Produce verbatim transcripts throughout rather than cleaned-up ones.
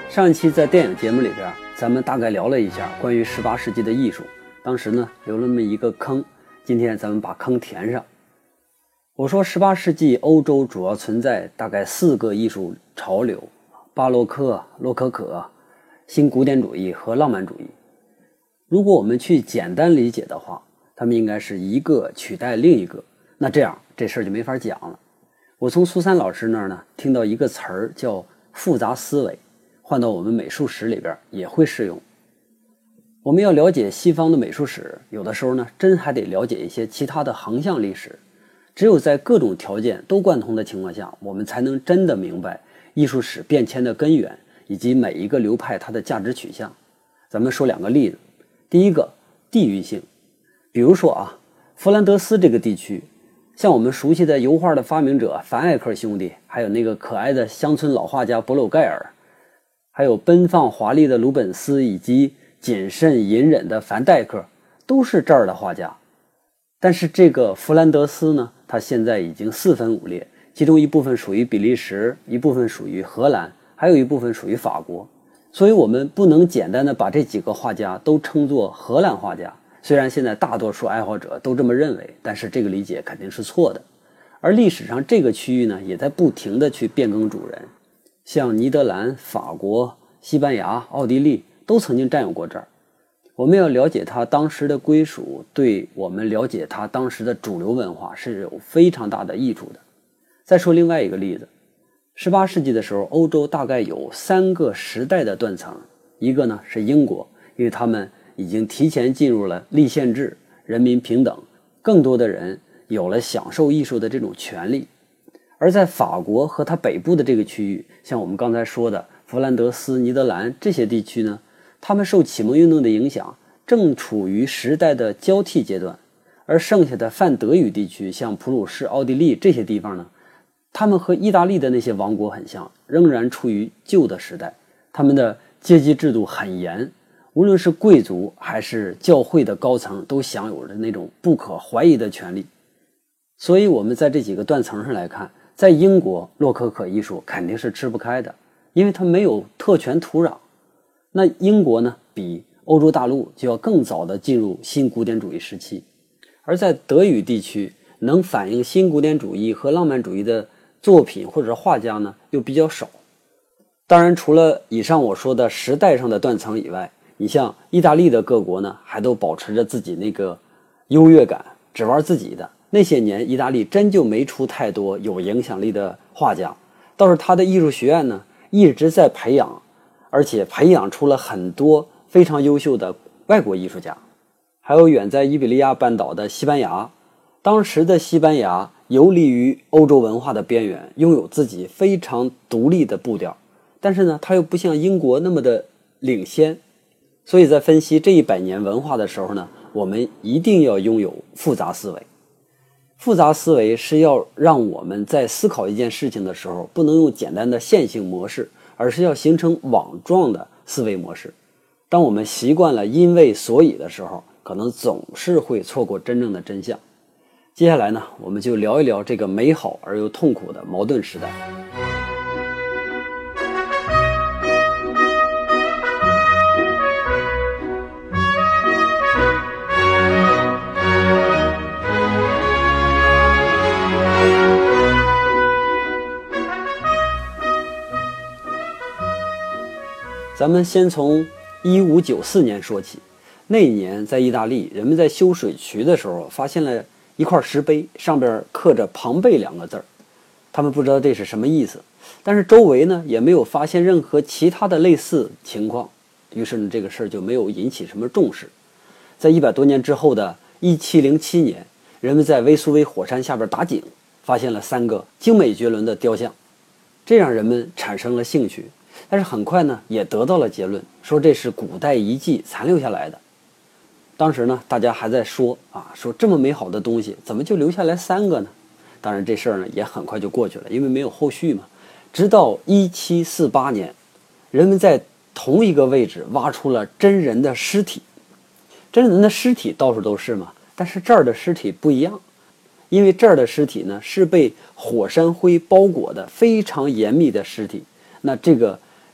上一期在电影节目里边，咱们大概聊了一下关于十八世纪的艺术，当时呢留了那么一个坑，今天咱们把坑填上。我说十八世纪欧洲主要存在大概四个艺术潮流：巴洛克、洛可可、新古典主义和浪漫主义。如果我们去简单理解的话，他们应该是一个取代另一个，那这样这事儿就没法讲了。我从苏珊老师那儿呢听到一个词儿叫复杂思维，换到我们美术史里边也会适用。我们要了解西方的美术史，有的时候呢真还得了解一些其他的横向历史。只有在各种条件都贯通的情况下，我们才能真的明白艺术史变迁的根源，以及每一个流派它的价值取向。咱们说两个例子。第一个，地域性。比如说啊，弗兰德斯这个地区，像我们熟悉的油画的发明者凡艾克兄弟，还有那个可爱的乡村老画家博鲁盖尔，还有奔放华丽的鲁本斯，以及谨慎隐忍的凡戴克，都是这儿的画家。但是这个弗兰德斯呢，他现在已经四分五裂，其中一部分属于比利时，一部分属于荷兰，还有一部分属于法国。所以我们不能简单的把这几个画家都称作荷兰画家，虽然现在大多数爱好者都这么认为，但是这个理解肯定是错的。而历史上这个区域呢，也在不停的去变更主人，像尼德兰、法国、西班牙、奥地利都曾经占有过这儿。我们要了解它当时的归属，对我们了解它当时的主流文化是有非常大的益处的。再说另外一个例子，十八世纪的时候，欧洲大概有三个时代的断层。一个呢是英国，因为他们已经提前进入了立宪制，人民平等，更多的人有了享受艺术的这种权利。而在法国和它北部的这个区域，像我们刚才说的弗兰德斯、尼德兰这些地区呢，他们受启蒙运动的影响，正处于时代的交替阶段。而剩下的泛德语地区，像普鲁士、奥地利这些地方呢，他们和意大利的那些王国很像，仍然处于旧的时代。他们的阶级制度很严，无论是贵族还是教会的高层都享有着那种不可怀疑的权利。所以我们在这几个断层上来看，在英国洛可可艺术肯定是吃不开的，因为它没有特权土壤。那英国呢，比欧洲大陆就要更早的进入新古典主义时期。而在德语地区，能反映新古典主义和浪漫主义的作品或者画家呢又比较少。当然除了以上我说的时代上的断层以外，你像意大利的各国呢还都保持着自己那个优越感，只玩自己的。那些年意大利真就没出太多有影响力的画家，倒是他的艺术学院呢一直在培养，而且培养出了很多非常优秀的外国艺术家。还有远在伊比利亚半岛的西班牙，当时的西班牙游离于欧洲文化的边缘，拥有自己非常独立的步调，但是呢，它又不像英国那么的领先。所以在分析这一百年文化的时候呢，我们一定要拥有复杂思维。复杂思维是要让我们在思考一件事情的时候，不能用简单的线性模式，而是要形成网状的思维模式。当我们习惯了因为所以的时候，可能总是会错过真正的真相。接下来呢，我们就聊一聊这个美好而又痛苦的矛盾时代。咱们先从一五九四年说起。那一年在意大利，人们在修水渠的时候发现了一块石碑，上边刻着庞贝两个字儿。他们不知道这是什么意思，但是周围呢也没有发现任何其他的类似情况，于是呢这个事儿就没有引起什么重视。在一百多年之后的一七零七年，人们在威苏威火山下边打井，发现了三个精美绝伦的雕像，这让人们产生了兴趣。但是很快呢也得到了结论，说这是古代遗迹残留下来的。当时呢大家还在说啊，说这么美好的东西怎么就留下来三个呢？当然这事儿呢也很快就过去了，因为没有后续嘛。直到一七四八年，人们在同一个位置挖出了真人的尸体。真人的尸体到处都是嘛，但是这儿的尸体不一样，因为这儿的尸体呢是被火山灰包裹的非常严密的尸体。那这个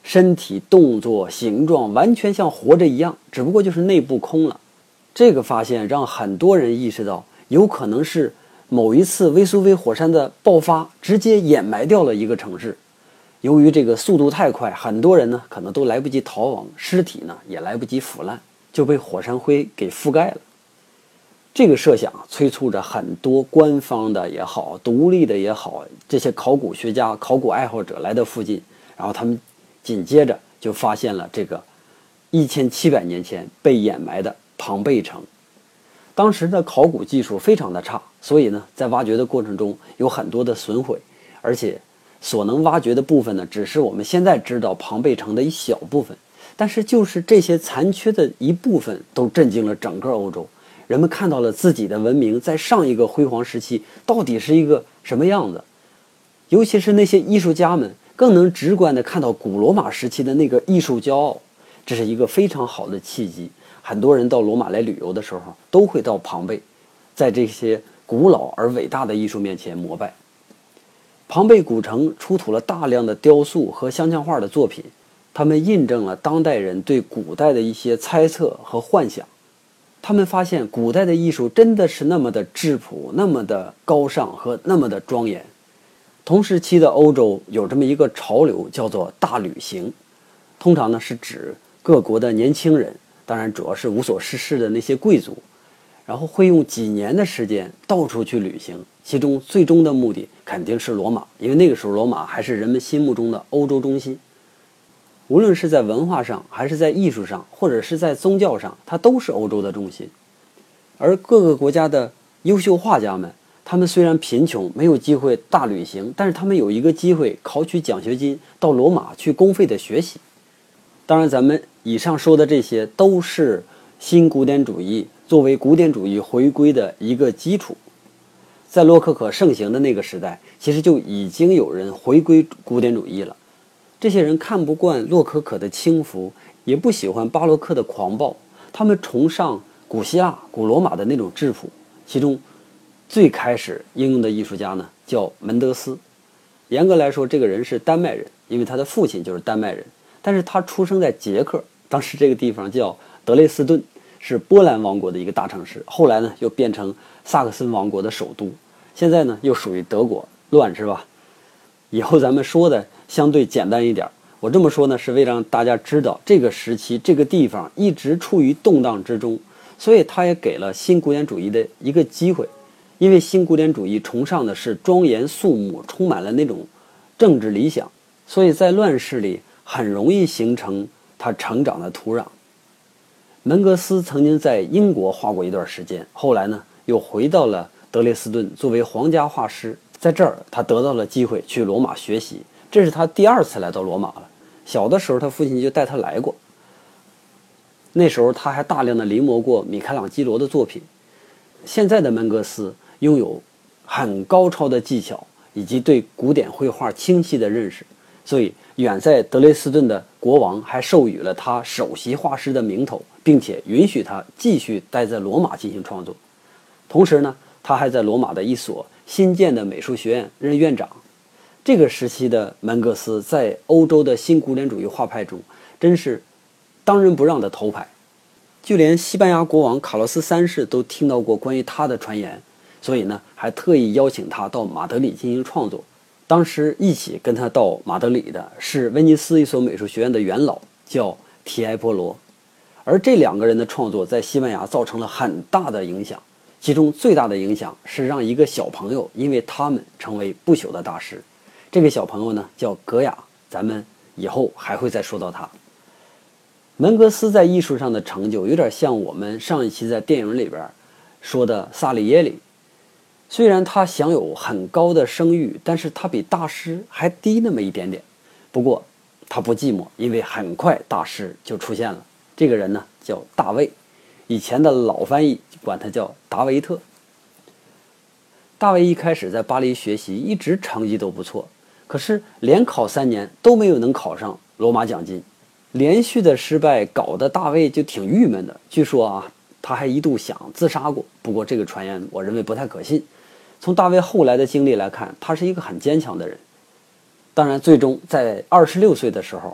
身体动作形状完全像活着一样，只不过就是内部空了。这个发现让很多人意识到，有可能是某一次威苏威火山的爆发直接掩埋掉了一个城市。由于这个速度太快，很多人呢可能都来不及逃亡，尸体呢也来不及腐烂，就被火山灰给覆盖了。这个设想催促着很多官方的也好，独立的也好，这些考古学家、考古爱好者来到附近，然后他们紧接着就发现了这个一千七百年前被掩埋的庞贝城。当时的考古技术非常的差，所以呢，在挖掘的过程中有很多的损毁，而且所能挖掘的部分呢，只是我们现在知道庞贝城的一小部分。但是就是这些残缺的一部分，都震惊了整个欧洲。人们看到了自己的文明在上一个辉煌时期到底是一个什么样子，尤其是那些艺术家们更能直观地看到古罗马时期的那个艺术骄傲，这是一个非常好的契机。很多人到罗马来旅游的时候，都会到庞贝，在这些古老而伟大的艺术面前膜拜。庞贝古城出土了大量的雕塑和镶嵌画的作品，他们印证了当代人对古代的一些猜测和幻想。他们发现古代的艺术真的是那么的质朴，那么的高尚和那么的庄严。同时期的欧洲有这么一个潮流，叫做大旅行，通常呢是指各国的年轻人，当然主要是无所事事的那些贵族，然后会用几年的时间到处去旅行，其中最终的目的肯定是罗马，因为那个时候罗马还是人们心目中的欧洲中心。无论是在文化上，还是在艺术上，或者是在宗教上，它都是欧洲的中心。而各个国家的优秀画家们，他们虽然贫穷，没有机会大旅行，但是他们有一个机会考取奖学金，到罗马去公费的学习。当然咱们以上说的这些都是新古典主义作为古典主义回归的一个基础。在洛可可盛行的那个时代，其实就已经有人回归古典主义了。这些人看不惯洛可可的轻浮，也不喜欢巴洛克的狂暴，他们崇尚古希腊、古罗马的那种质朴。其中最开始应用的艺术家呢，叫门德斯。严格来说，这个人是丹麦人，因为他的父亲就是丹麦人，但是他出生在捷克，当时这个地方叫德累斯顿，是波兰王国的一个大城市，后来呢又变成萨克森王国的首都，现在呢又属于德国，乱是吧？以后咱们说的相对简单一点，我这么说呢是为了让大家知道这个时期这个地方一直处于动荡之中，所以它也给了新古典主义的一个机会。因为新古典主义崇尚的是庄严肃穆，充满了那种政治理想，所以在乱世里很容易形成它成长的土壤。门格斯曾经在英国画过一段时间，后来呢又回到了德累斯顿作为皇家画师，在这儿他得到了机会去罗马学习，这是他第二次来到罗马了。小的时候他父亲就带他来过，那时候他还大量的临摹过米开朗基罗的作品。现在的门格斯拥有很高超的技巧以及对古典绘画清晰的认识，所以远在德累斯顿的国王还授予了他首席画师的名头，并且允许他继续待在罗马进行创作。同时呢，他还在罗马的一所新建的美术学院任院长。这个时期的门格斯在欧洲的新古典主义画派中真是当仁不让的头牌，就连西班牙国王卡洛斯三世都听到过关于他的传言，所以呢还特意邀请他到马德里进行创作。当时一起跟他到马德里的是威尼斯一所美术学院的元老，叫提埃波罗。而这两个人的创作在西班牙造成了很大的影响，其中最大的影响是让一个小朋友因为他们成为不朽的大师。这个小朋友呢叫格雅，咱们以后还会再说到他。门格斯在艺术上的成就有点像我们上一期在电影里边说的萨里耶里，虽然他享有很高的声誉，但是他比大师还低那么一点点。不过他不寂寞，因为很快大师就出现了。这个人呢叫大卫，以前的老翻译管他叫达维特。大卫一开始在巴黎学习，一直成绩都不错，可是连考三年都没有能考上罗马奖金。连续的失败搞得大卫就挺郁闷的，据说啊，他还一度想自杀过，不过这个传言我认为不太可信。从大卫后来的经历来看，他是一个很坚强的人。当然最终在二十六岁的时候，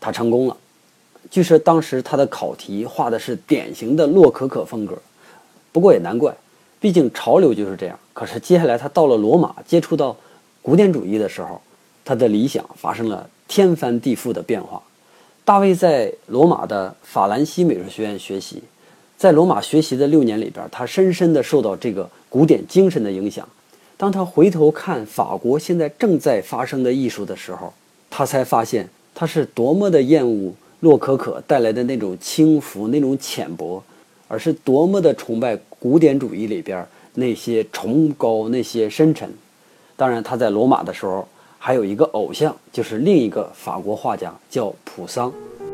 他成功了。据说当时他的考题画的是典型的洛可可风格，不过也难怪，毕竟潮流就是这样。可是接下来他到了罗马，接触到古典主义的时候，他的理想发生了天翻地覆的变化。大卫在罗马的法兰西美术学院学习，在罗马学习的六年里边，他深深地受到这个古典精神的影响。当他回头看法国现在正在发生的艺术的时候，他才发现他是多么的厌恶洛可可带来的那种轻浮、那种浅薄，而是多么的崇拜古典主义里边那些崇高、那些深沉。当然，他在罗马的时候还有一个偶像，就是另一个法国画家，叫普桑。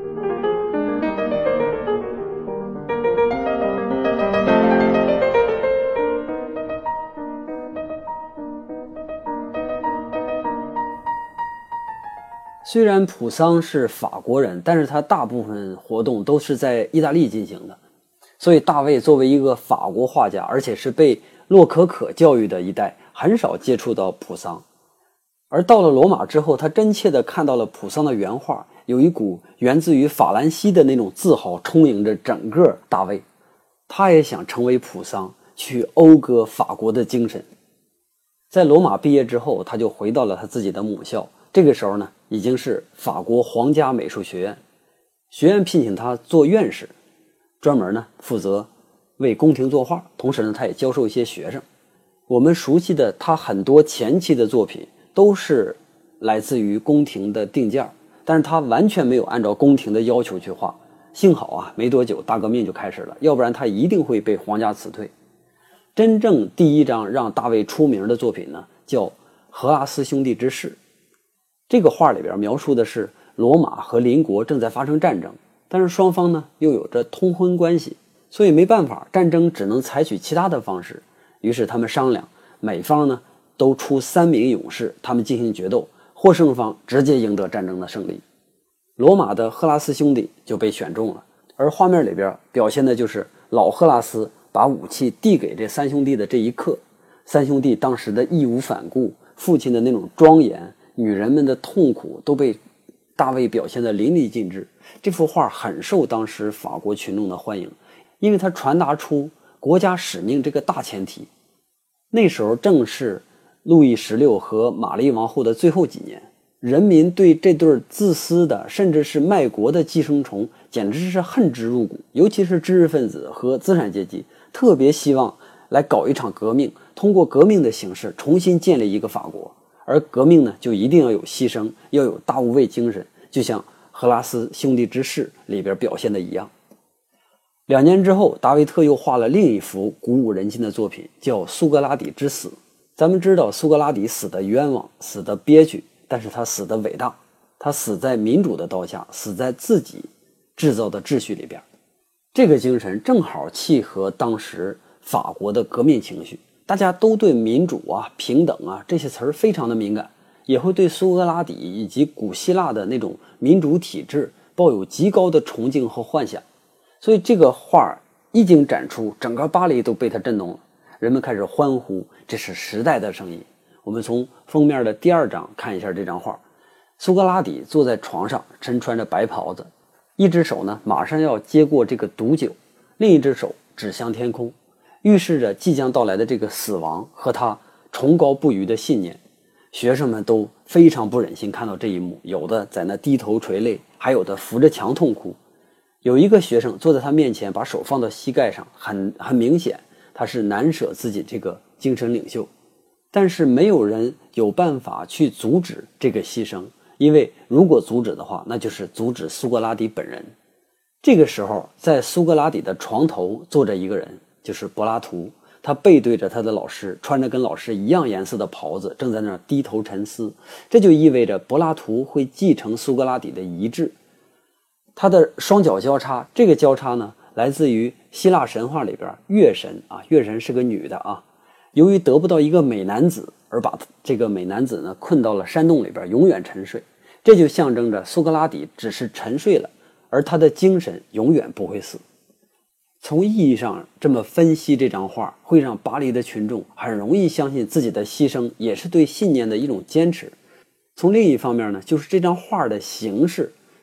虽然普桑是法国人，但是他大部分活动都是在意大利进行的，所以大卫作为一个法国画家，而且是被洛可可教育的一代，很少接触到普桑。而到了罗马之后，他真切地看到了普桑的原画，有一股源自于法兰西的那种自豪充盈着整个大卫。他也想成为普桑，去讴歌法国的精神。在罗马毕业之后，他就回到了他自己的母校，这个时候呢，已经是法国皇家美术学院。学院聘请他做院士，专门呢负责为宫廷作画，同时呢，他也教授一些学生。我们熟悉的他很多前期的作品都是来自于宫廷的定件，但是他完全没有按照宫廷的要求去画。幸好啊，没多久大革命就开始了，要不然他一定会被皇家辞退。真正第一张让大卫出名的作品呢，叫《荷拉斯兄弟之誓》。这个画里边描述的是罗马和邻国正在发生战争，但是双方呢又有着通婚关系，所以没办法，战争只能采取其他的方式。于是他们商量，每方呢都出三名勇士，他们进行决斗，获胜方直接赢得战争的胜利。罗马的赫拉斯兄弟就被选中了，而画面里边表现的就是老赫拉斯把武器递给这三兄弟的这一刻，三兄弟当时的义无反顾，父亲的那种庄严，女人们的痛苦，都被大卫表现得淋漓尽致。这幅画很受当时法国群众的欢迎，因为它传达出国家使命这个大前提。那时候正是路易十六和玛丽王后的最后几年，人民对这对自私的甚至是卖国的寄生虫简直是恨之入骨，尤其是知识分子和资产阶级特别希望来搞一场革命，通过革命的形式重新建立一个法国。而革命呢，就一定要有牺牲，要有大无畏精神，就像荷拉斯兄弟之誓里边表现的一样。两年之后，达维特又画了另一幅鼓舞人心的作品，叫《苏格拉底之死》。咱们知道苏格拉底死得冤枉，死得憋屈，但是他死得伟大，他死在民主的刀下，死在自己制造的秩序里边。这个精神正好契合当时法国的革命情绪，大家都对民主啊、平等啊这些词儿非常的敏感，也会对苏格拉底以及古希腊的那种民主体制抱有极高的崇敬和幻想。所以这个画一经展出，整个巴黎都被它震动了，人们开始欢呼，这是时代的声音。我们从封面的第二张看一下这张画，苏格拉底坐在床上，身穿着白袍子，一只手呢马上要接过这个毒酒，另一只手指向天空，预示着即将到来的这个死亡和他崇高不渝的信念。学生们都非常不忍心看到这一幕，有的在那低头垂泪，还有的扶着墙痛哭。有一个学生坐在他面前，把手放到膝盖上，很很明显他是难舍自己这个精神领袖。但是没有人有办法去阻止这个牺牲，因为如果阻止的话，那就是阻止苏格拉底本人。这个时候，在苏格拉底的床头坐着一个人，就是柏拉图，他背对着他的老师，穿着跟老师一样颜色的袍子，正在那儿低头沉思。这就意味着柏拉图会继承苏格拉底的遗志。他的双脚交叉，这个交叉呢，来自于希腊神话里边月神啊，月神是个女的啊，由于得不到一个美男子，而把这个美男子呢困到了山洞里边，永远沉睡。这就象征着苏格拉底只是沉睡了，而他的精神永远不会死。从意义上这么分析这张画，会让巴黎的群众很容易相信自己的牺牲也是对信念的一种坚持。从另一方面呢，就是这张画的形式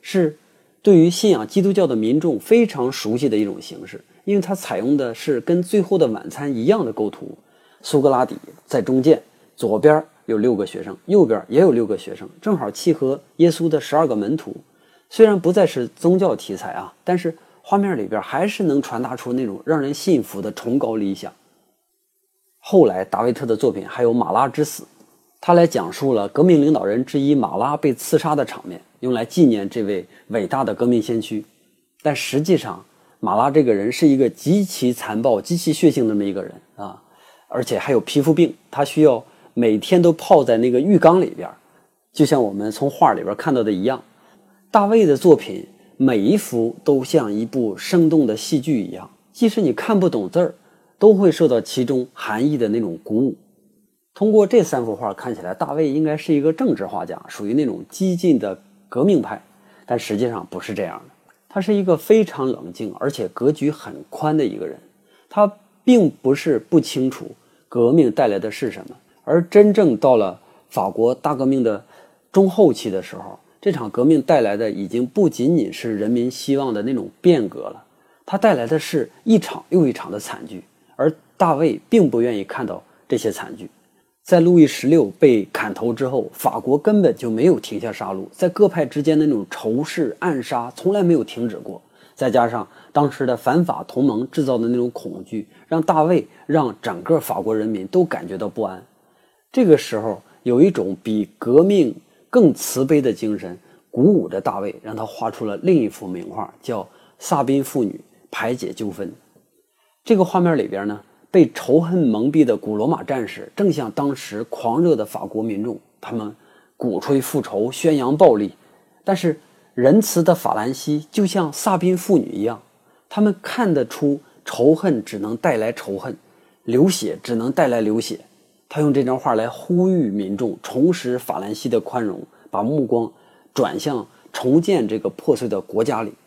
是对于信仰基督教的民众非常熟悉的一种形式，因为它采用的是跟《最后的晚餐》一样的构图，苏格拉底在中间，左边有六个学生，右边也有六个学生，正好契合耶稣的十二个门徒。虽然不再是宗教题材啊，但是画面里边还是能传达出那种让人信服的崇高理想。后来达维特的作品还有《马拉之死》，他来讲述了革命领导人之一马拉被刺杀的场面，用来纪念这位伟大的革命先驱。但实际上马拉这个人是一个极其残暴极其血性的那么一个人啊，而且还有皮肤病，他需要每天都泡在那个浴缸里边，就像我们从画里边看到的一样。大卫的作品每一幅都像一部生动的戏剧一样，即使你看不懂字儿，都会受到其中含义的那种鼓舞。通过这三幅画看起来，大卫应该是一个政治画家，属于那种激进的革命派，但实际上不是这样的。他是一个非常冷静而且格局很宽的一个人，他并不是不清楚革命带来的是什么，而真正到了法国大革命的中后期的时候，这场革命带来的已经不仅仅是人民希望的那种变革了，它带来的是一场又一场的惨剧，而大卫并不愿意看到这些惨剧。在路易十六被砍头之后，法国根本就没有停下杀戮，在各派之间的那种仇视暗杀从来没有停止过，再加上当时的反法同盟制造的那种恐惧，让大卫让整个法国人民都感觉到不安。这个时候有一种比革命更慈悲的精神鼓舞着大卫，让他画出了另一幅名画，叫《萨宾妇女排解纠纷》。这个画面里边呢，被仇恨蒙蔽的古罗马战士正像当时狂热的法国民众，他们鼓吹复仇，宣扬暴力，但是仁慈的法兰西就像萨宾妇女一样，他们看得出仇恨只能带来仇恨，流血只能带来流血。他用这张画来呼吁民众重拾法兰西的宽容，把目光转向重建这个破碎的国家里。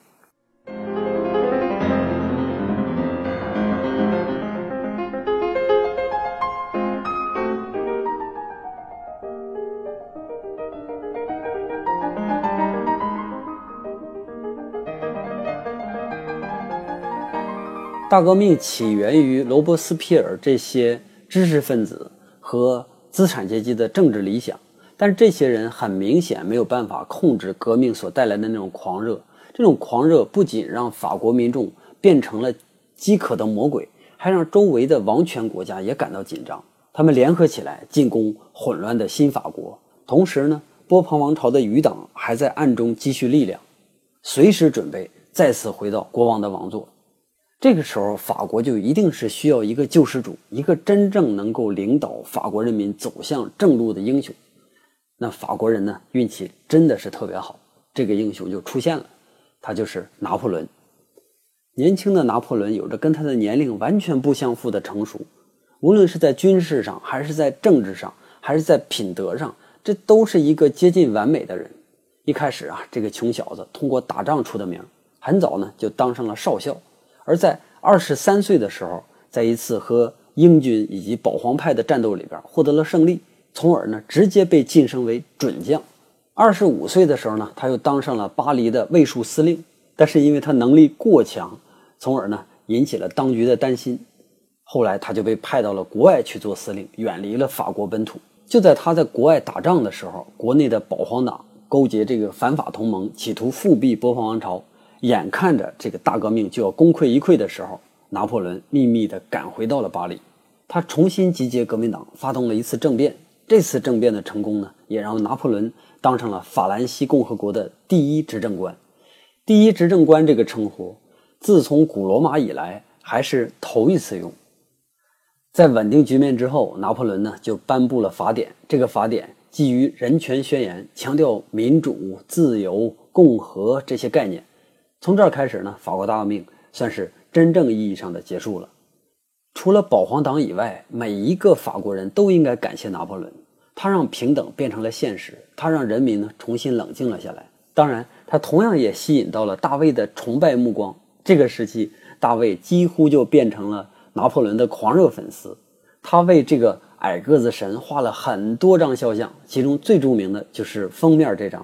大革命起源于罗伯斯庇尔这些知识分子和资产阶级的政治理想，但是这些人很明显没有办法控制革命所带来的那种狂热。这种狂热不仅让法国民众变成了饥渴的魔鬼，还让周围的王权国家也感到紧张。他们联合起来进攻混乱的新法国，同时呢，波旁王朝的余党还在暗中积蓄力量，随时准备再次回到国王的王座。这个时候法国就一定是需要一个救世主，一个真正能够领导法国人民走向正路的英雄。那法国人呢，运气真的是特别好，这个英雄就出现了，他就是拿破仑。年轻的拿破仑有着跟他的年龄完全不相符的成熟，无论是在军事上还是在政治上还是在品德上，这都是一个接近完美的人。一开始啊，这个穷小子通过打仗出的名，很早呢就当上了少校，而在二十三岁的时候，在一次和英军以及保皇派的战斗里边获得了胜利，从而呢直接被晋升为准将。二十五岁的时候呢，他又当上了巴黎的卫戍司令，但是因为他能力过强，从而呢引起了当局的担心。后来他就被派到了国外去做司令，远离了法国本土。就在他在国外打仗的时候，国内的保皇党勾结这个反法同盟，企图复辟波旁王朝。眼看着这个大革命就要功亏一篑的时候，拿破仑秘密地赶回到了巴黎，他重新集结革命党，发动了一次政变。这次政变的成功呢，也让拿破仑当上了法兰西共和国的第一执政官。第一执政官这个称呼，自从古罗马以来还是头一次用。在稳定局面之后，拿破仑呢就颁布了法典。这个法典基于人权宣言，强调民主、自由、共和这些概念。从这儿开始呢，法国大革命算是真正意义上的结束了。除了保皇党以外，每一个法国人都应该感谢拿破仑，他让平等变成了现实，他让人民呢重新冷静了下来。当然，他同样也吸引到了大卫的崇拜目光。这个时期，大卫几乎就变成了拿破仑的狂热粉丝，他为这个矮个子神画了很多张肖像，其中最著名的就是封面这张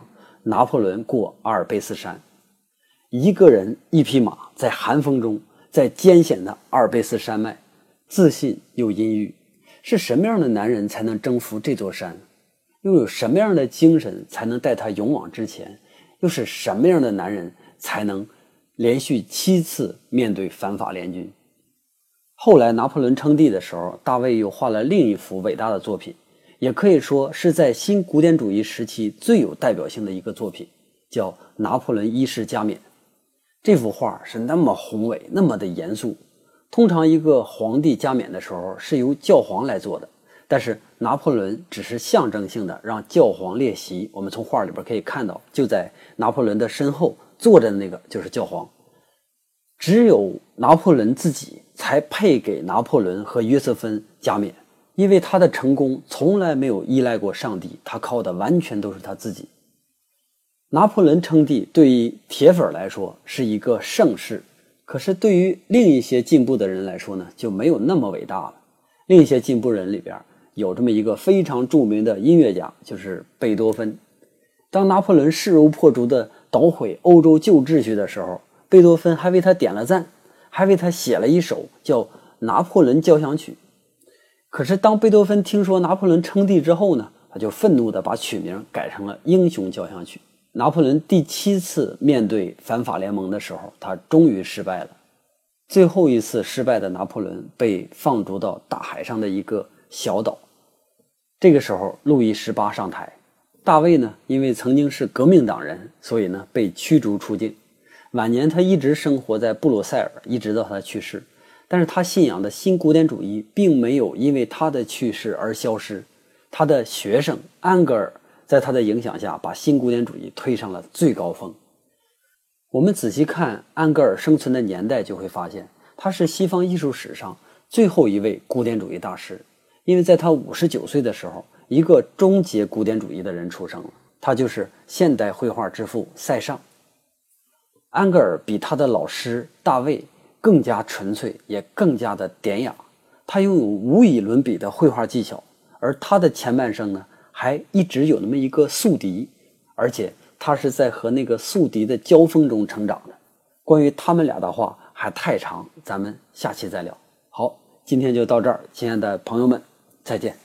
拿破仑过阿尔卑斯山。一个人一匹马，在寒风中，在艰险的阿尔卑斯山脉，自信又阴郁。是什么样的男人才能征服这座山？又有什么样的精神才能带他勇往直前？又是什么样的男人才能连续七次面对反法联军？后来拿破仑称帝的时候，大卫又画了另一幅伟大的作品，也可以说是在新古典主义时期最有代表性的一个作品，叫《拿破仑一世加冕》。这幅画是那么宏伟，那么的严肃。通常一个皇帝加冕的时候是由教皇来做的，但是拿破仑只是象征性的让教皇列席。我们从画里边可以看到，就在拿破仑的身后坐着的那个就是教皇。只有拿破仑自己才配给拿破仑和约瑟芬加冕，因为他的成功从来没有依赖过上帝，他靠的完全都是他自己。拿破仑称帝对于铁粉来说是一个盛世，可是对于另一些进步的人来说呢，就没有那么伟大了。另一些进步人里边有这么一个非常著名的音乐家，就是贝多芬。当拿破仑势如破竹的捣毁欧洲旧秩序的时候，贝多芬还为他点了赞，还为他写了一首叫《拿破仑交响曲》。可是当贝多芬听说拿破仑称帝之后呢，他就愤怒地把曲名改成了《英雄交响曲》。拿破仑第七次面对反法联盟的时候，他终于失败了。最后一次失败的拿破仑被放逐到大海上的一个小岛。这个时候路易十八上台，大卫呢，因为曾经是革命党人，所以呢被驱逐出境。晚年他一直生活在布鲁塞尔，一直到他去世。但是他信仰的新古典主义并没有因为他的去世而消失。他的学生安格尔在他的影响下，把新古典主义推上了最高峰。我们仔细看安格尔生存的年代，就会发现他是西方艺术史上最后一位古典主义大师。因为在他五十九岁的时候，一个终结古典主义的人出生了，他就是现代绘画之父塞尚。安格尔比他的老师大卫更加纯粹，也更加的典雅。他拥有无以伦比的绘画技巧，而他的前半生呢，还一直有那么一个宿敌，而且他是在和那个宿敌的交锋中成长的。关于他们俩的话还太长，咱们下期再聊。好，今天就到这儿，亲爱的朋友们，再见。